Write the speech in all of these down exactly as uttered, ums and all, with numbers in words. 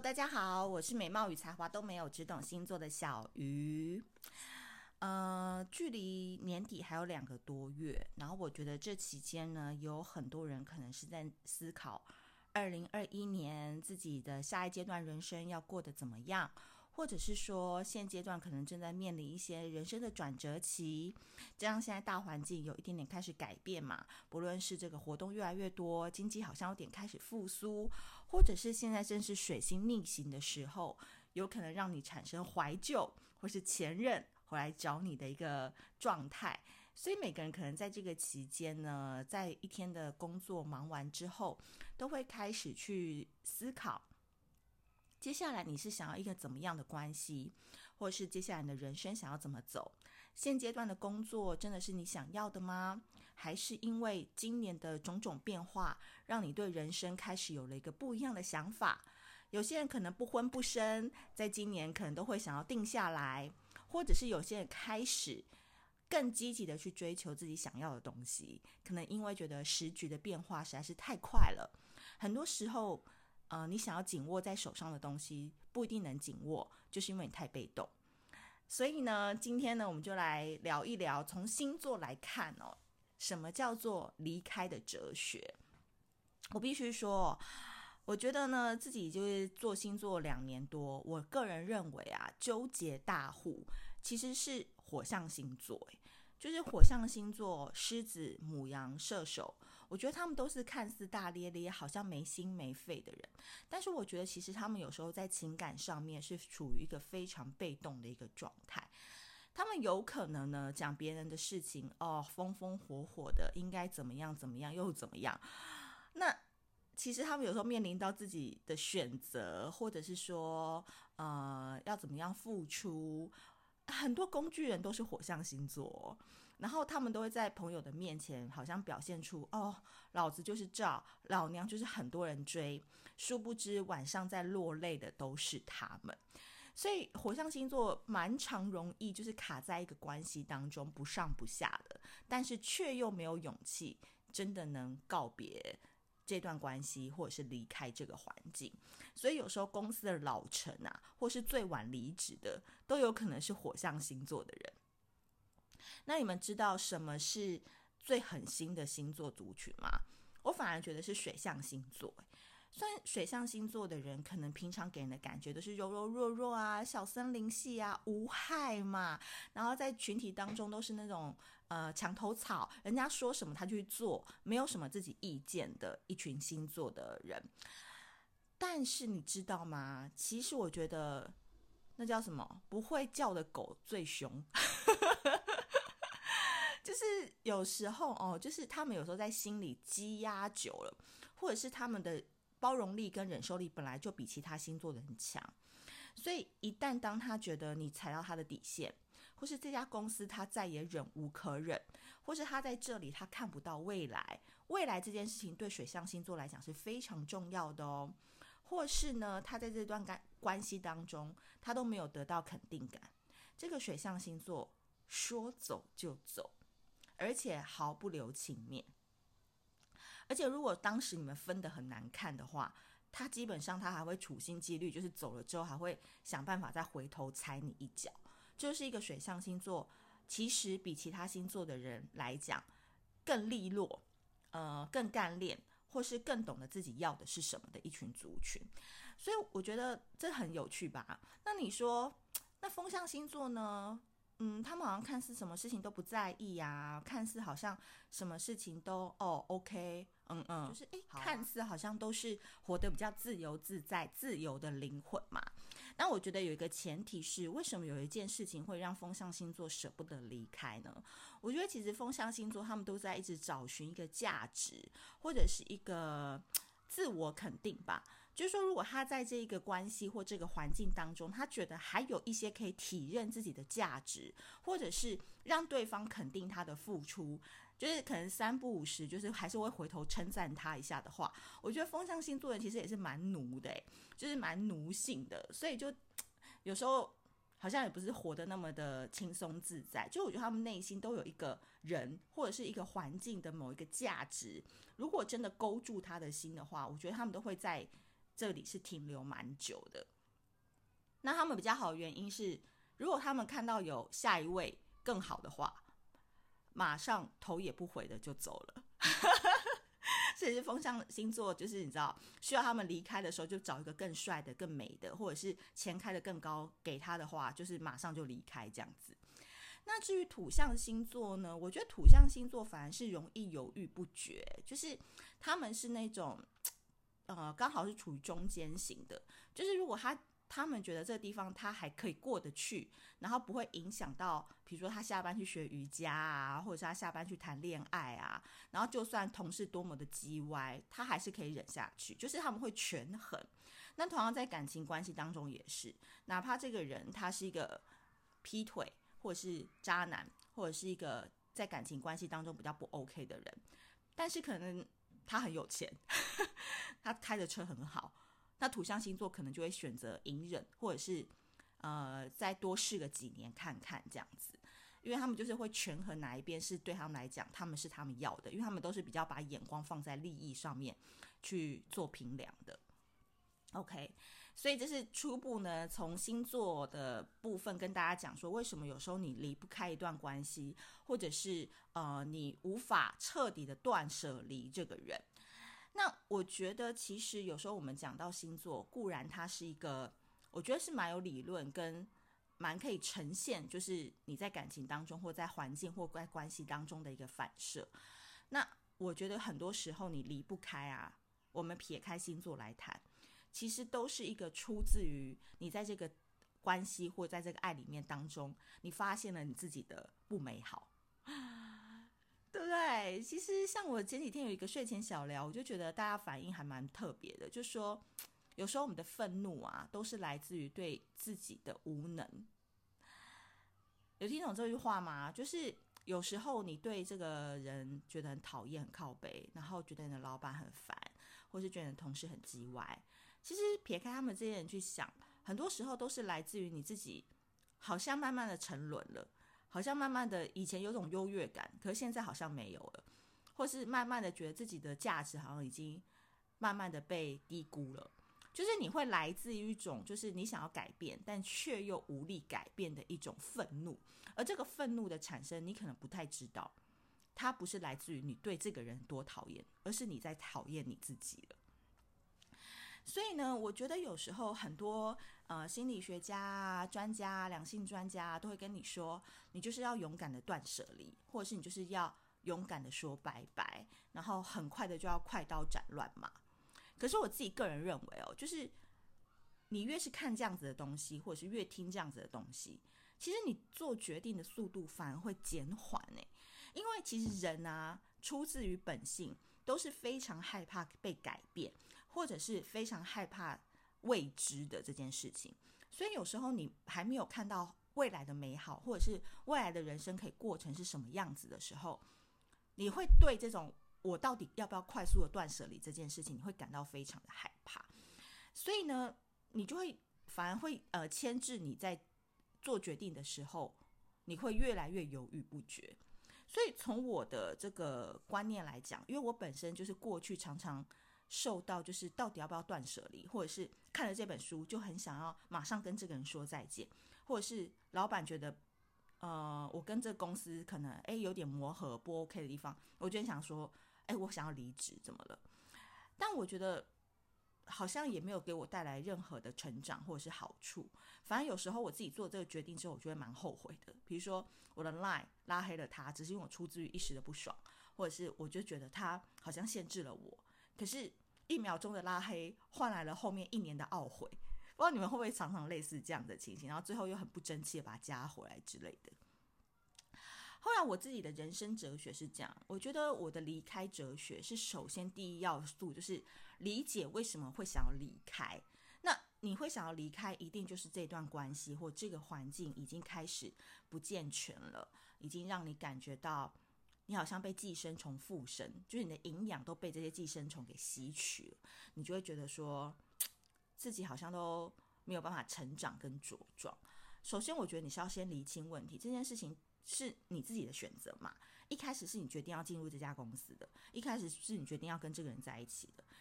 大家好，我是美貌与才华都没有，只懂星座的小鱼。呃，距离年底还有两个多月，然后我觉得这期间呢，有很多人可能是在思考二零二一年自己的下一阶段人生要过得怎么样，或者是说现阶段可能正在面临一些人生的转折期，这样现在大环境有一点点开始改变嘛，不论是这个活动越来越多，经济好像有点开始复苏，或者是现在正是水星逆行的时候，有可能让你产生怀旧或是前任回来找你的一个状态。所以每个人可能在这个期间呢，在一天的工作忙完之后，都会开始去思考接下来你是想要一个怎么样的关系，或是接下来你的人生想要怎么走。现阶段的工作真的是你想要的吗？还是因为今年的种种变化，让你对人生开始有了一个不一样的想法？有些人可能不婚不生，在今年可能都会想要定下来，或者是有些人开始更积极的去追求自己想要的东西，可能因为觉得时局的变化实在是太快了，很多时候呃，你想要紧握在手上的东西不一定能紧握，就是因为你太被动。所以呢，今天呢，我们就来聊一聊从星座来看哦，什么叫做离开的哲学。我必须说，我觉得呢，自己就是做星座两年多，我个人认为啊，纠结大户其实是火象星座，就是火象星座狮子、牡羊、射手，我觉得他们都是看似大咧咧，好像没心没肺的人，但是我觉得其实他们有时候在情感上面是处于一个非常被动的一个状态。他们有可能呢讲别人的事情哦，风风火火的，应该怎么样怎么样又怎么样。那其实他们有时候面临到自己的选择，或者是说呃要怎么样付出，很多工具人都是火象星座哦，然后他们都会在朋友的面前好像表现出哦，老子就是照，老娘就是很多人追，殊不知晚上在落泪的都是他们。所以火象星座蛮常容易就是卡在一个关系当中不上不下的，但是却又没有勇气真的能告别这段关系，或者是离开这个环境。所以有时候公司的老臣啊，或是最晚离职的，都有可能是火象星座的人。那你们知道什么是最狠心的星座族群吗？我反而觉得是水象星座。虽然水象星座的人可能平常给人的感觉都是柔柔弱弱啊，小森林系啊，无害嘛，然后在群体当中都是那种呃墙头草，人家说什么他就去做，没有什么自己意见的一群星座的人。但是你知道吗？其实我觉得那叫什么？不会叫的狗最凶。就是有时候哦，就是他们有时候在心里积压久了，或者是他们的包容力跟忍受力本来就比其他星座的人强，所以一旦当他觉得你踩到他的底线，或是这家公司他再也忍无可忍，或是他在这里他看不到未来，未来这件事情对水象星座来讲是非常重要的哦。或是呢，他在这段关系当中他都没有得到肯定感，这个水象星座说走就走，而且毫不留情面。而且如果当时你们分得很难看的话，他基本上他还会处心积虑，就是走了之后还会想办法再回头踩你一脚。就是一个水象星座其实比其他星座的人来讲更利落，呃，更干练，或是更懂得自己要的是什么的一群族群。所以我觉得这很有趣吧。那你说那风象星座呢？嗯，他们好像看似什么事情都不在意啊，看似好像什么事情都哦 OK， 嗯嗯，就是哎、啊，看似好像都是活得比较自由自在、自由的灵魂嘛。那我觉得有一个前提是，为什么有一件事情会让风象星座舍不得离开呢？我觉得其实风象星座他们都在一直找寻一个价值，或者是一个自我肯定吧。就是说如果他在这个关系或这个环境当中，他觉得还有一些可以体认自己的价值，或者是让对方肯定他的付出，就是可能三不五时就是还是会回头称赞他一下的话，我觉得风象星座人其实也是蛮奴的，就是蛮奴性的。所以就有时候好像也不是活得那么的轻松自在，就我觉得他们内心都有一个人或者是一个环境的某一个价值，如果真的勾住他的心的话，我觉得他们都会在这里是停留蛮久的。那他们比较好的原因是，如果他们看到有下一位更好的话，马上头也不回的就走了。所以是风象星座，就是你知道需要他们离开的时候，就找一个更帅的、更美的，或者是钱开的更高给他的话，就是马上就离开这样子。那至于土象星座呢，我觉得土象星座反而是容易犹豫不决，就是他们是那种呃刚好是处于中间型的，就是如果他他们觉得这个地方他还可以过得去，然后不会影响到比如说他下班去学瑜伽啊，或者是他下班去谈恋爱啊，然后就算同事多么的叽歪，他还是可以忍下去，就是他们会权衡。那同样在感情关系当中也是，哪怕这个人他是一个劈腿或者是渣男，或者是一个在感情关系当中比较不 OK 的人，但是可能他很有钱他开的车很好，那土象星座可能就会选择隐忍，或者是呃再多试个几年看看这样子，因为他们就是会权衡哪一边是对他们来讲他们是他们要的，因为他们都是比较把眼光放在利益上面去做评量的。 OK， 所以这是初步呢从星座的部分跟大家讲说，为什么有时候你离不开一段关系，或者是呃你无法彻底的断舍离这个人。那我觉得其实有时候我们讲到星座，固然它是一个我觉得是蛮有理论跟蛮可以呈现就是你在感情当中或在环境或在关系当中的一个反射。那我觉得很多时候你离不开啊，我们撇开星座来谈，其实都是一个出自于你在这个关系或在这个爱里面当中，你发现了你自己的不美好，对不对？其实像我前几天有一个睡前小聊，我就觉得大家反应还蛮特别的，就说有时候我们的愤怒啊，都是来自于对自己的无能。有听懂这句话吗？就是有时候你对这个人觉得很讨厌、很靠北，然后觉得你的老板很烦，或是觉得你的同事很叽歪，其实撇开他们这些人去想，很多时候都是来自于你自己好像慢慢的沉沦了，好像慢慢的以前有种优越感，可是现在好像没有了，或是慢慢的觉得自己的价值好像已经慢慢的被低估了，就是你会来自于一种就是你想要改变但却又无力改变的一种愤怒，而这个愤怒的产生你可能不太知道，它不是来自于你对这个人多讨厌，而是你在讨厌你自己了。所以呢，我觉得有时候很多呃心理学家啊、专家啊、两性专家啊，都会跟你说，你就是要勇敢的断舍离，或者是你就是要勇敢的说拜拜，然后很快的就要快刀斩乱麻。可是我自己个人认为哦，就是你越是看这样子的东西，或者是越听这样子的东西，其实你做决定的速度反而会减缓欸。因为其实人啊，出自于本性，都是非常害怕被改变，或者是非常害怕未知的这件事情。所以有时候你还没有看到未来的美好，或者是未来的人生可以过成是什么样子的时候，你会对这种我到底要不要快速的断舍离这件事情，你会感到非常的害怕。所以呢，你就会反而会呃牵制你在做决定的时候，你会越来越犹豫不决。所以从我的这个观念来讲，因为我本身就是过去常常受到就是到底要不要断舍离，或者是看了这本书就很想要马上跟这个人说再见，或者是老板觉得呃我跟这个公司可能哎有点磨合不 OK 的地方，我就很想说哎我想要离职怎么了。但我觉得好像也没有给我带来任何的成长或者是好处，反正有时候我自己做这个决定之后，我就会蛮后悔的。比如说我的 Line 拉黑了他，只是因为我出自于一时的不爽，或者是我就觉得他好像限制了我，可是一秒钟的拉黑换来了后面一年的懊悔。不知道你们会不会常常类似这样的情形，然后最后又很不争气的把他加回来之类的。后来我自己的人生哲学是这样，我觉得我的离开哲学是首先第一要素就是理解为什么会想要离开。那你会想要离开，一定就是这段关系或这个环境已经开始不健全了，已经让你感觉到你好像被寄生虫附身，就是你的营养都被这些寄生虫给吸取了，你就会觉得说自己好像都没有办法成长跟茁壮。首先我觉得你是要先厘清问题，这件事情是你自己的选择嘛，一开始是你决定要进入这家公司的，一开始是你决定要跟这个人在一起的，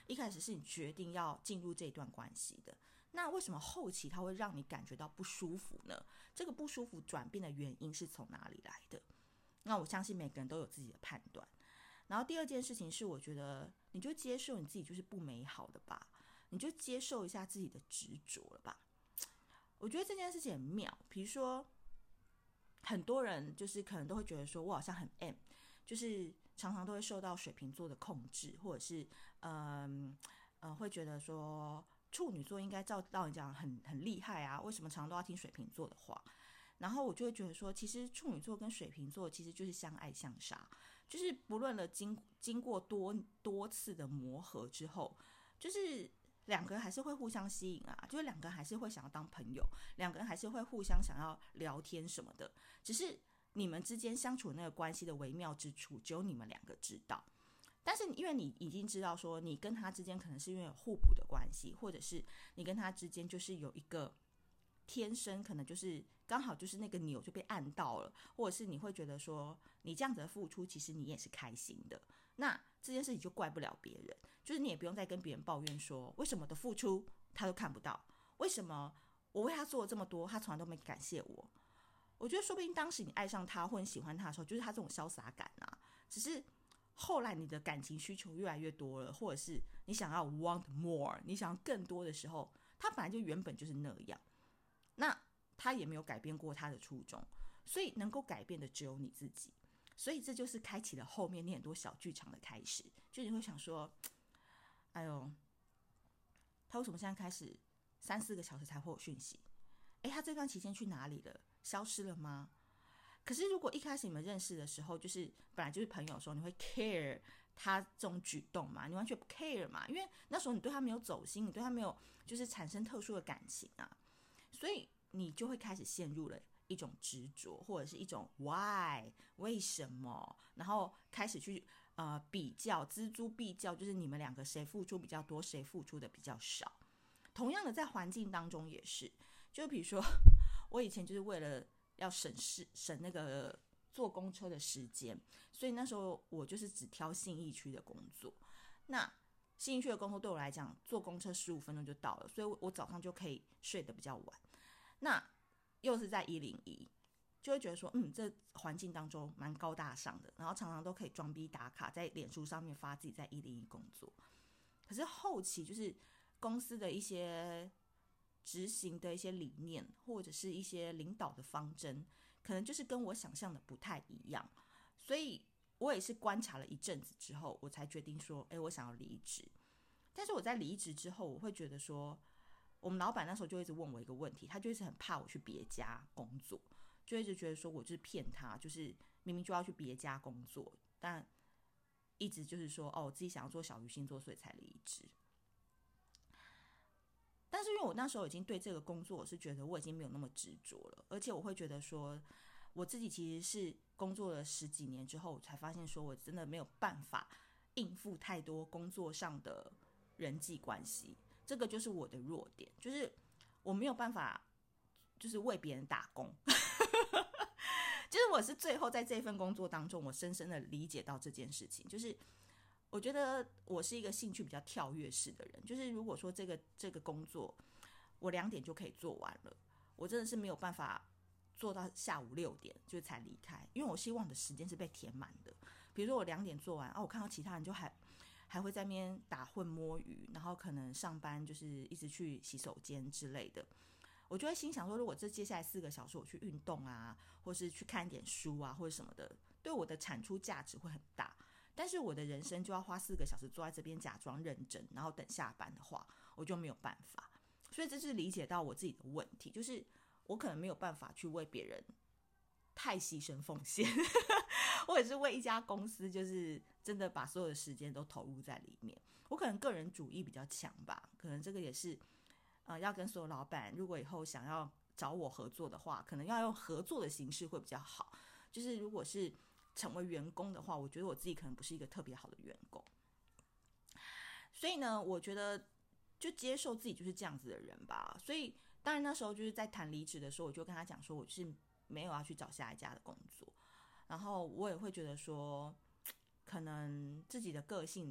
一开始是你决定要进入这段关系的。那为什么后期它会让你感觉到不舒服呢？这个不舒服转变的原因是从哪里来的？那我相信每个人都有自己的判断。然后第二件事情是，我觉得你就接受你自己就是不美好的吧，你就接受一下自己的执着了吧。我觉得这件事情很妙，比如说很多人就是可能都会觉得说我好像很 M， 就是常常都会受到水瓶座的控制，或者是嗯呃会觉得说处女座应该照道理讲很很厉害啊，为什么常常都要听水瓶座的话？然后我就会觉得说，其实处女座跟水瓶座其实就是相爱相杀，就是不论了经经过多多次的磨合之后，就是两个人还是会互相吸引啊，就是两个人还是会想要当朋友，两个人还是会互相想要聊天什么的，只是你们之间相处那个关系的微妙之处，只有你们两个知道。但是因为你已经知道说你跟他之间可能是因为有互补的关系，或者是你跟他之间就是有一个天生可能就是刚好就是那个钮就被按到了，或者是你会觉得说你这样子的付出其实你也是开心的，那这件事情就怪不了别人，就是你也不用再跟别人抱怨说为什么的付出他都看不到，为什么我为他做了这么多他从来都没感谢我。我觉得说不定当时你爱上他或你喜欢他的时候就是他这种潇洒感啊，只是后来你的感情需求越来越多了，或者是你想要 want more， 你想要更多的时候，他本来就原本就是那样，那他也没有改变过他的初衷，所以能够改变的只有你自己。所以这就是开启了后面你很多小剧场的开始，就你会想说，哎呦，他为什么现在开始三四个小时才回我讯息？哎，他这段期间去哪里了？消失了吗？可是如果一开始你们认识的时候，就是本来就是朋友的时候，你会 care 他这种举动嘛？你完全不 care 嘛？因为那时候你对他没有走心，你对他没有就是产生特殊的感情啊，所以你就会开始陷入了一种执着，或者是一种 why 为什么，然后开始去呃比较，锱铢必较，就是你们两个谁付出比较多，谁付出的比较少。同样的，在环境当中也是，就比如说我以前就是为了要省事省那个坐公车的时间，所以那时候我就是只挑信义区的工作。那信义区的工作对我来讲，坐公车十五分钟就到了，所以我早上就可以睡得比较晚。那又是在一零一，就会觉得说，嗯，这环境当中蛮高大上的，然后常常都可以装逼打卡，在脸书上面发自己在一零一工作。可是后期就是公司的一些执行的一些理念，或者是一些领导的方针，可能就是跟我想象的不太一样，所以我也是观察了一阵子之后，我才决定说，哎，我想要离职。但是我在离职之后，我会觉得说，我们老板那时候就一直问我一个问题，他就一直很怕我去别家工作，就一直觉得说我就是骗他，就是明明就要去别家工作，但一直就是说，哦，我自己想要做小鱼星座，所以才离职。但是因为我那时候已经对这个工作，我是觉得我已经没有那么执着了，而且我会觉得说，我自己其实是工作了十几年之后，我才发现说我真的没有办法应付太多工作上的人际关系，这个就是我的弱点，就是我没有办法就是为别人打工就是我是最后在这份工作当中，我深深的理解到这件事情，就是我觉得我是一个兴趣比较跳跃式的人，就是如果说这个这个工作我两点就可以做完了，我真的是没有办法做到下午六点就才离开，因为我希望我的时间是被填满的。比如说我两点做完，啊，我看到其他人就还还会在那边打混摸鱼，然后可能上班就是一直去洗手间之类的，我就会心想说，如果这接下来四个小时我去运动啊，或是去看一点书啊，或者什么的，对我的产出价值会很大。但是我的人生就要花四个小时坐在这边假装认真，然后等下班的话，我就没有办法。所以这是理解到我自己的问题，就是我可能没有办法去为别人太牺牲奉献，或者是为一家公司就是真的把所有的时间都投入在里面。我可能个人主义比较强吧，可能这个也是呃，要跟所有老板，如果以后想要找我合作的话，可能要用合作的形式会比较好。就是如果是成为员工的话，我觉得我自己可能不是一个特别好的员工。所以呢，我觉得就接受自己就是这样子的人吧。所以当然那时候就是在谈离职的时候，我就跟他讲说，我是没有要去找下一家的工作。然后我也会觉得说，可能自己的个性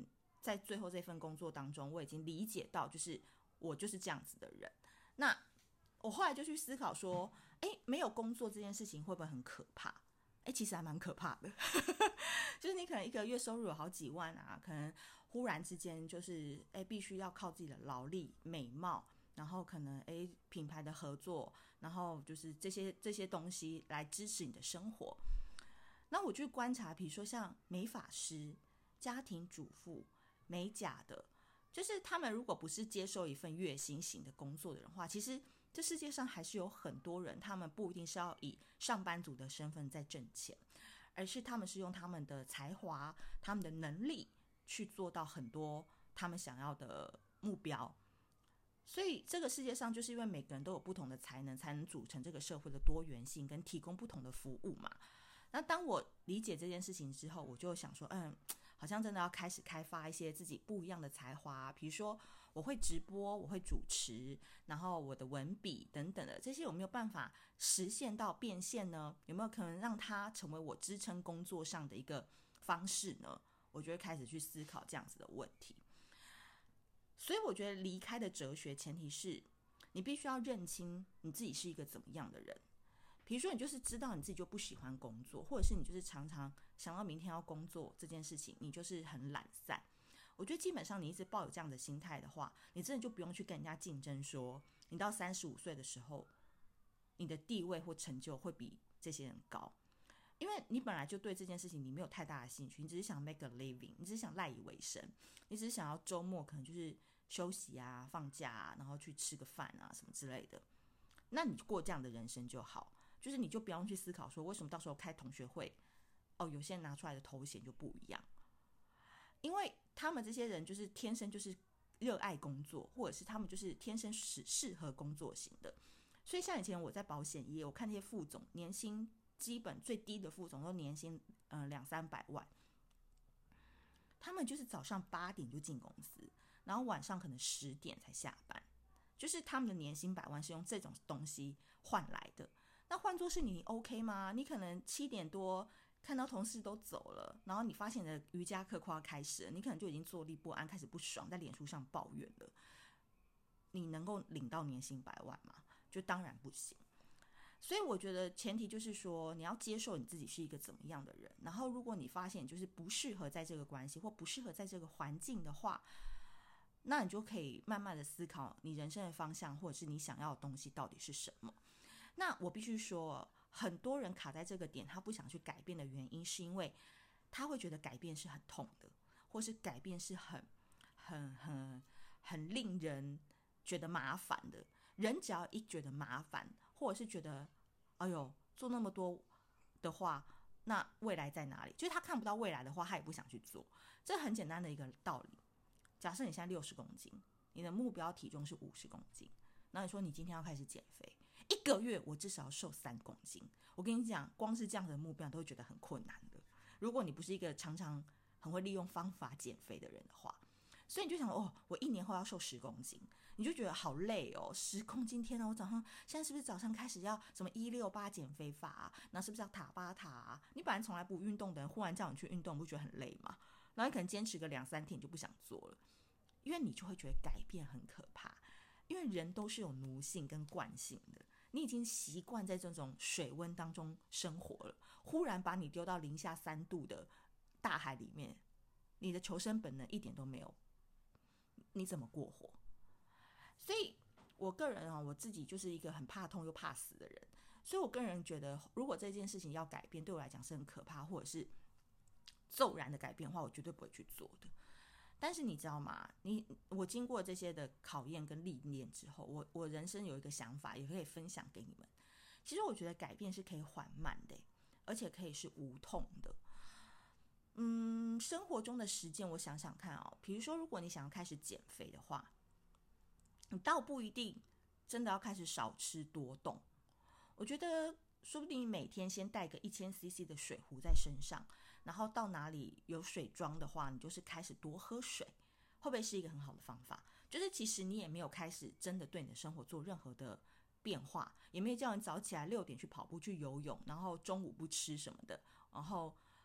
在最后这份工作当中，我已经理解到，就是我就是这样子的人。那我后来就去思考说，哎，没有工作这件事情会不会很可怕？哎，其实还蛮可怕的，就是你可能一个月收入有好几万啊，可能忽然之间就是哎，必须要靠自己的劳力、美貌，然后可能哎品牌的合作，然后就是这些这些东西来支持你的生活。那我去观察，比如说像美发师、家庭主妇、美甲的，就是他们如果不是接受一份月薪型的工作的人的话，其实这世界上还是有很多人，他们不一定是要以上班族的身份在挣钱，而是他们是用他们的才华、他们的能力去做到很多他们想要的目标。所以这个世界上就是因为每个人都有不同的才能，才能组成这个社会的多元性跟提供不同的服务嘛。那当我理解这件事情之后，我就想说，嗯，好像真的要开始开发一些自己不一样的才华，比如说我会直播，我会主持，然后我的文笔等等的，这些有没有办法实现到变现呢？有没有可能让它成为我支撑工作上的一个方式呢？我就会开始去思考这样子的问题。所以我觉得离开的哲学前提是你必须要认清你自己是一个怎么样的人。比如说你就是知道你自己就不喜欢工作，或者是你就是常常想到明天要工作这件事情，你就是很懒散。我觉得基本上你一直抱有这样的心态的话，你真的就不用去跟人家竞争说你到三十五岁的时候你的地位或成就会比这些人高，因为你本来就对这件事情你没有太大的兴趣，你只是想 make a living， 你只是想赖以为生，你只是想要周末可能就是休息啊、放假啊，然后去吃个饭啊什么之类的，那你过这样的人生就好，就是你就不用去思考说为什么到时候开同学会，哦，有些人拿出来的头衔就不一样，因为他们这些人就是天生就是热爱工作，或者是他们就是天生适合工作型的。所以像以前我在保险业，我看那些副总年薪基本最低的副总都年薪呃两三百万，他们就是早上八点就进公司，然后晚上可能十点才下班，就是他们的年薪百万是用这种东西换来的。那换作是你 OK 吗？你可能七点多看到同事都走了，然后你发现你的瑜伽课快要开始了，你可能就已经坐立不安，开始不爽，在脸书上抱怨了。你能够领到年薪百万吗？就当然不行。所以我觉得前提就是说你要接受你自己是一个怎么样的人，然后如果你发现你就是不适合在这个关系或不适合在这个环境的话，那你就可以慢慢的思考你人生的方向或者是你想要的东西到底是什么。那我必须说，很多人卡在这个点，他不想去改变的原因是因为他会觉得改变是很痛的，或是改变是很很很很令人觉得麻烦的。人只要一觉得麻烦，或者是觉得哎呦做那么多的话，那未来在哪里？就是他看不到未来的话，他也不想去做。这很简单的一个道理。假设你现在六十公斤，你的目标体重是五十公斤，然后你说你今天要开始减肥，一个月我至少要瘦三公斤。我跟你讲，光是这样的目标都会觉得很困难的。如果你不是一个常常很会利用方法减肥的人的话，所以你就想哦，我一年后要瘦十公斤，你就觉得好累哦，十公斤，天哪！我早上现在是不是早上开始要什么一六八减肥法啊？那是不是要塔巴塔啊？你本来从来不运动的人，忽然叫你去运动，你不觉得很累吗？然后你可能坚持个两三天，你就不想做了，因为你就会觉得改变很可怕。因为人都是有奴性跟惯性的，你已经习惯在这种水温当中生活了，忽然把你丢到零下三度的大海里面，你的求生本能一点都没有，你怎么过活？所以我个人啊，我自己就是一个很怕痛又怕死的人，所以我个人觉得，如果这件事情要改变，对我来讲是很可怕，或者是骤然的改变的话，我绝对不会去做的。但是你知道吗？你我经过这些的考验跟历练之后，我我人生有一个想法，也可以分享给你们。其实我觉得改变是可以缓慢的，而且可以是无痛的。嗯，生活中的实践，我想想看哦。比如说，如果你想要开始减肥的话，你倒不一定真的要开始少吃多动。我觉得，说不定你每天先带个一千 C C 的水壶在身上。然后到哪里有水装的话，你就是开始多喝水，会不会是一个很好的方法？就是其实你也没有开始真的对你的生活做任何的变化，也没有叫你早起来六点去跑步去游泳，然后中午不吃什么的，然后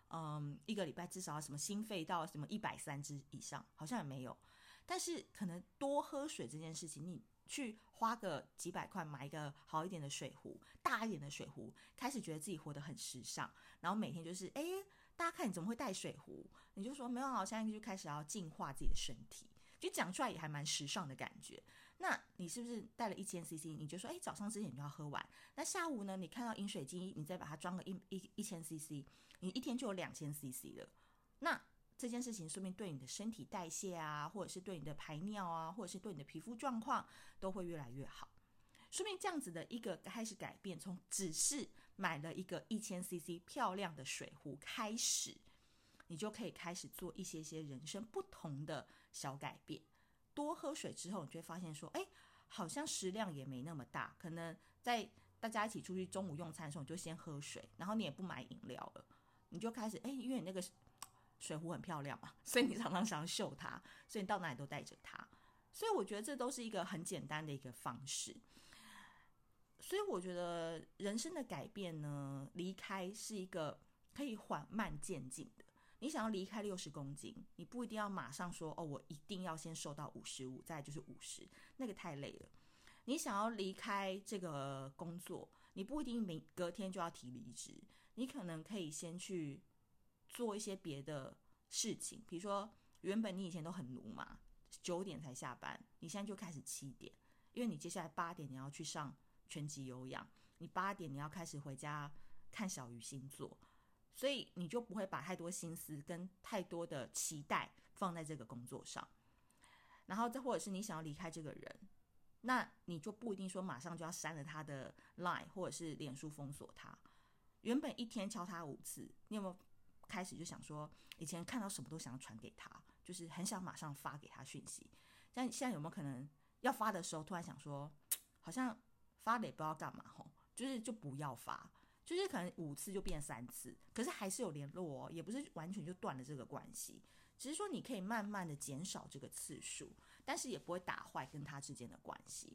嗯，一个礼拜至少要什么心肺到什么一百三之以上，好像也没有。但是可能多喝水这件事情，你去花个几百块买一个好一点的水壶，大一点的水壶，开始觉得自己活得很时尚，然后每天就是哎，大家看你怎么会带水壶，你就说没有啊，我现在就开始要净化自己的身体，就讲出来也还蛮时尚的感觉。那你是不是带了一千 C C， 你就说哎，早上之前你就要喝完，那下午呢，你看到饮水机，你再把它装个一一一千 C C， 你一天就有两千 C C 了。那这件事情说明对你的身体代谢啊，或者是对你的排尿啊，或者是对你的皮肤状况都会越来越好。说明这样子的一个开始改变，从只是买了一个一千 C C 漂亮的水壶开始，你就可以开始做一些些人生不同的小改变。多喝水之后，你就会发现说，哎，好像食量也没那么大。可能在大家一起出去中午用餐的时候，你就先喝水，然后你也不买饮料了，你就开始，哎，因为你那个水壶很漂亮嘛，所以你常常想要秀它，所以你到哪里都带着它。所以我觉得这都是一个很简单的一个方式。所以我觉得人生的改变呢，离开是一个可以缓慢渐进的。你想要离开六十公斤，你不一定要马上说哦，我一定要先瘦到五十五，再来就是五十，那个太累了。你想要离开这个工作，你不一定明隔天就要提离职，你可能可以先去做一些别的事情，比如说原本你以前都很奴嘛，九点才下班，你现在就开始七点，因为你接下来八点你要去上拳击有氧，你八点你要开始回家看小鱼星座，所以你就不会把太多心思跟太多的期待放在这个工作上。然后再或者是你想要离开这个人，那你就不一定说马上就要删了他的 Line 或者是脸书封锁他。原本一天敲他五次，你有没有开始就想说，以前看到什么都想要传给他，就是很想马上发给他讯息。但现在有没有可能要发的时候，突然想说，好像发了也不知道干嘛吼，就是就不要发，就是可能五次就变三次，可是还是有联络哦，也不是完全就断了这个关系，只是说你可以慢慢的减少这个次数，但是也不会打坏跟他之间的关系。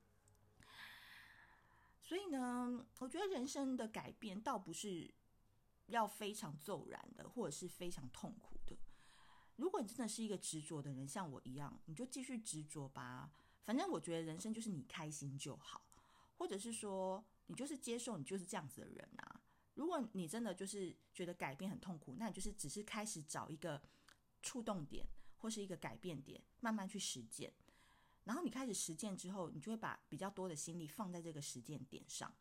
所以呢，我觉得人生的改变倒不是要非常骤然的，或者是非常痛苦的。如果你真的是一个执着的人，像我一样，你就继续执着吧。反正我觉得人生就是你开心就好，或者是说你就是接受你就是这样子的人啊。如果你真的就是觉得改变很痛苦，那你就是只是开始找一个触动点或是一个改变点，慢慢去实践。然后你开始实践之后，你就会把比较多的心力放在这个实践点上。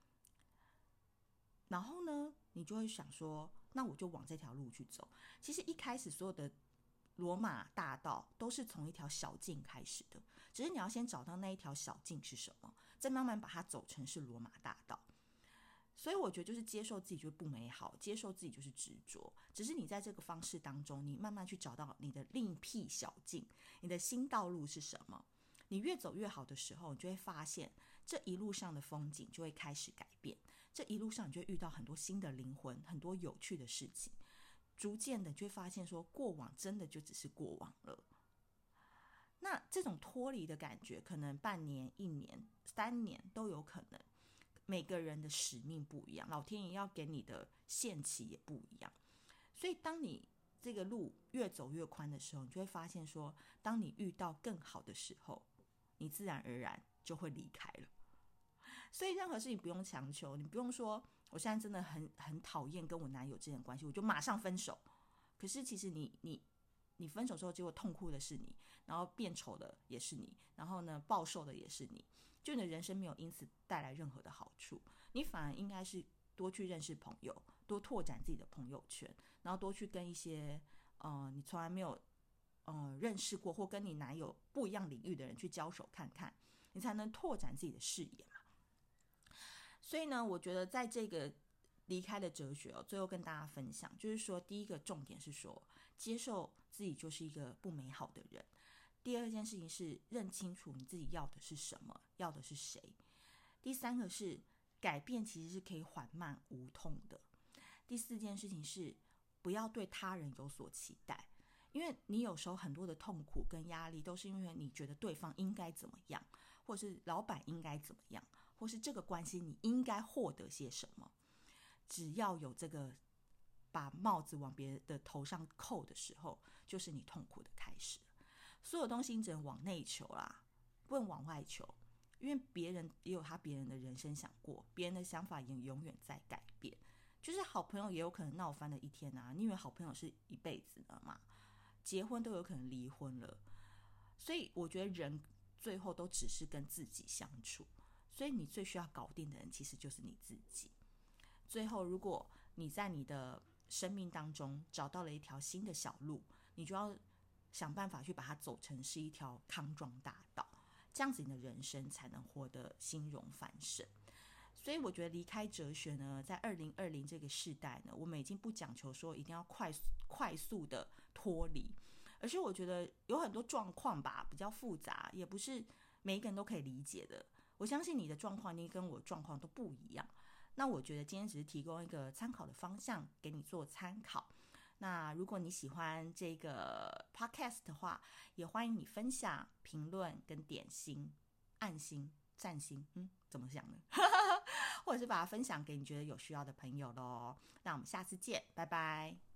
然后呢，你就会想说，那我就往这条路去走。其实一开始所有的罗马大道都是从一条小径开始的，只是你要先找到那一条小径是什么，再慢慢把它走成是罗马大道。所以我觉得就是接受自己就是不美好，接受自己就是执着，只是你在这个方式当中，你慢慢去找到你的另辟小径，你的新道路是什么。你越走越好的时候，你就会发现这一路上的风景就会开始改变，这一路上你就会遇到很多新的灵魂，很多有趣的事情，逐渐的就会发现说过往真的就只是过往了。那这种脱离的感觉可能半年、一年、三年都有可能，每个人的使命不一样，老天爷要给你的限期也不一样。所以当你这个路越走越宽的时候，你就会发现说，当你遇到更好的时候，你自然而然就会离开了。所以任何事情不用强求，你不用说我现在真的很很讨厌跟我男友之间的关系，我就马上分手。可是其实你你你分手之后，结果痛苦的是你，然后变丑的也是你，然后呢暴瘦的也是你，就你的人生没有因此带来任何的好处。你反而应该是多去认识朋友，多拓展自己的朋友圈，然后多去跟一些呃你从来没有呃认识过或跟你男友不一样领域的人去交手看看，你才能拓展自己的视野嘛。所以呢，我觉得在这个离开的哲学哦，最后跟大家分享，就是说，第一个重点是说，接受自己就是一个不美好的人；第二件事情是认清楚你自己要的是什么，要的是谁；第三个是改变其实是可以缓慢无痛的；第四件事情是不要对他人有所期待，因为你有时候很多的痛苦跟压力都是因为你觉得对方应该怎么样，或是老板应该怎么样，或是这个关系你应该获得些什么。只要有这个把帽子往别人的头上扣的时候，就是你痛苦的开始。所有东西你只能往内求啦，不能往外求，因为别人也有他别人的人生想过，别人的想法也永远在改变。就是好朋友也有可能闹翻的一天啊，你以为好朋友是一辈子的吗？结婚都有可能离婚了。所以我觉得人最后都只是跟自己相处，所以你最需要搞定的人其实就是你自己。最后如果你在你的生命当中找到了一条新的小路，你就要想办法去把它走成是一条康庄大道，这样子你的人生才能活得兴荣繁盛。所以我觉得离开哲学呢，在二零二零这个世代呢，我们已经不讲求说一定要快速快速的脱离，而是我觉得有很多状况吧比较复杂，也不是每一个人都可以理解的。我相信你的状况一定跟我状况都不一样，那我觉得今天只是提供一个参考的方向给你做参考。那如果你喜欢这个 podcast 的话，也欢迎你分享、评论跟点心、按心、赞心，嗯，怎么想呢？或者是把它分享给你觉得有需要的朋友咯。那我们下次见，拜拜。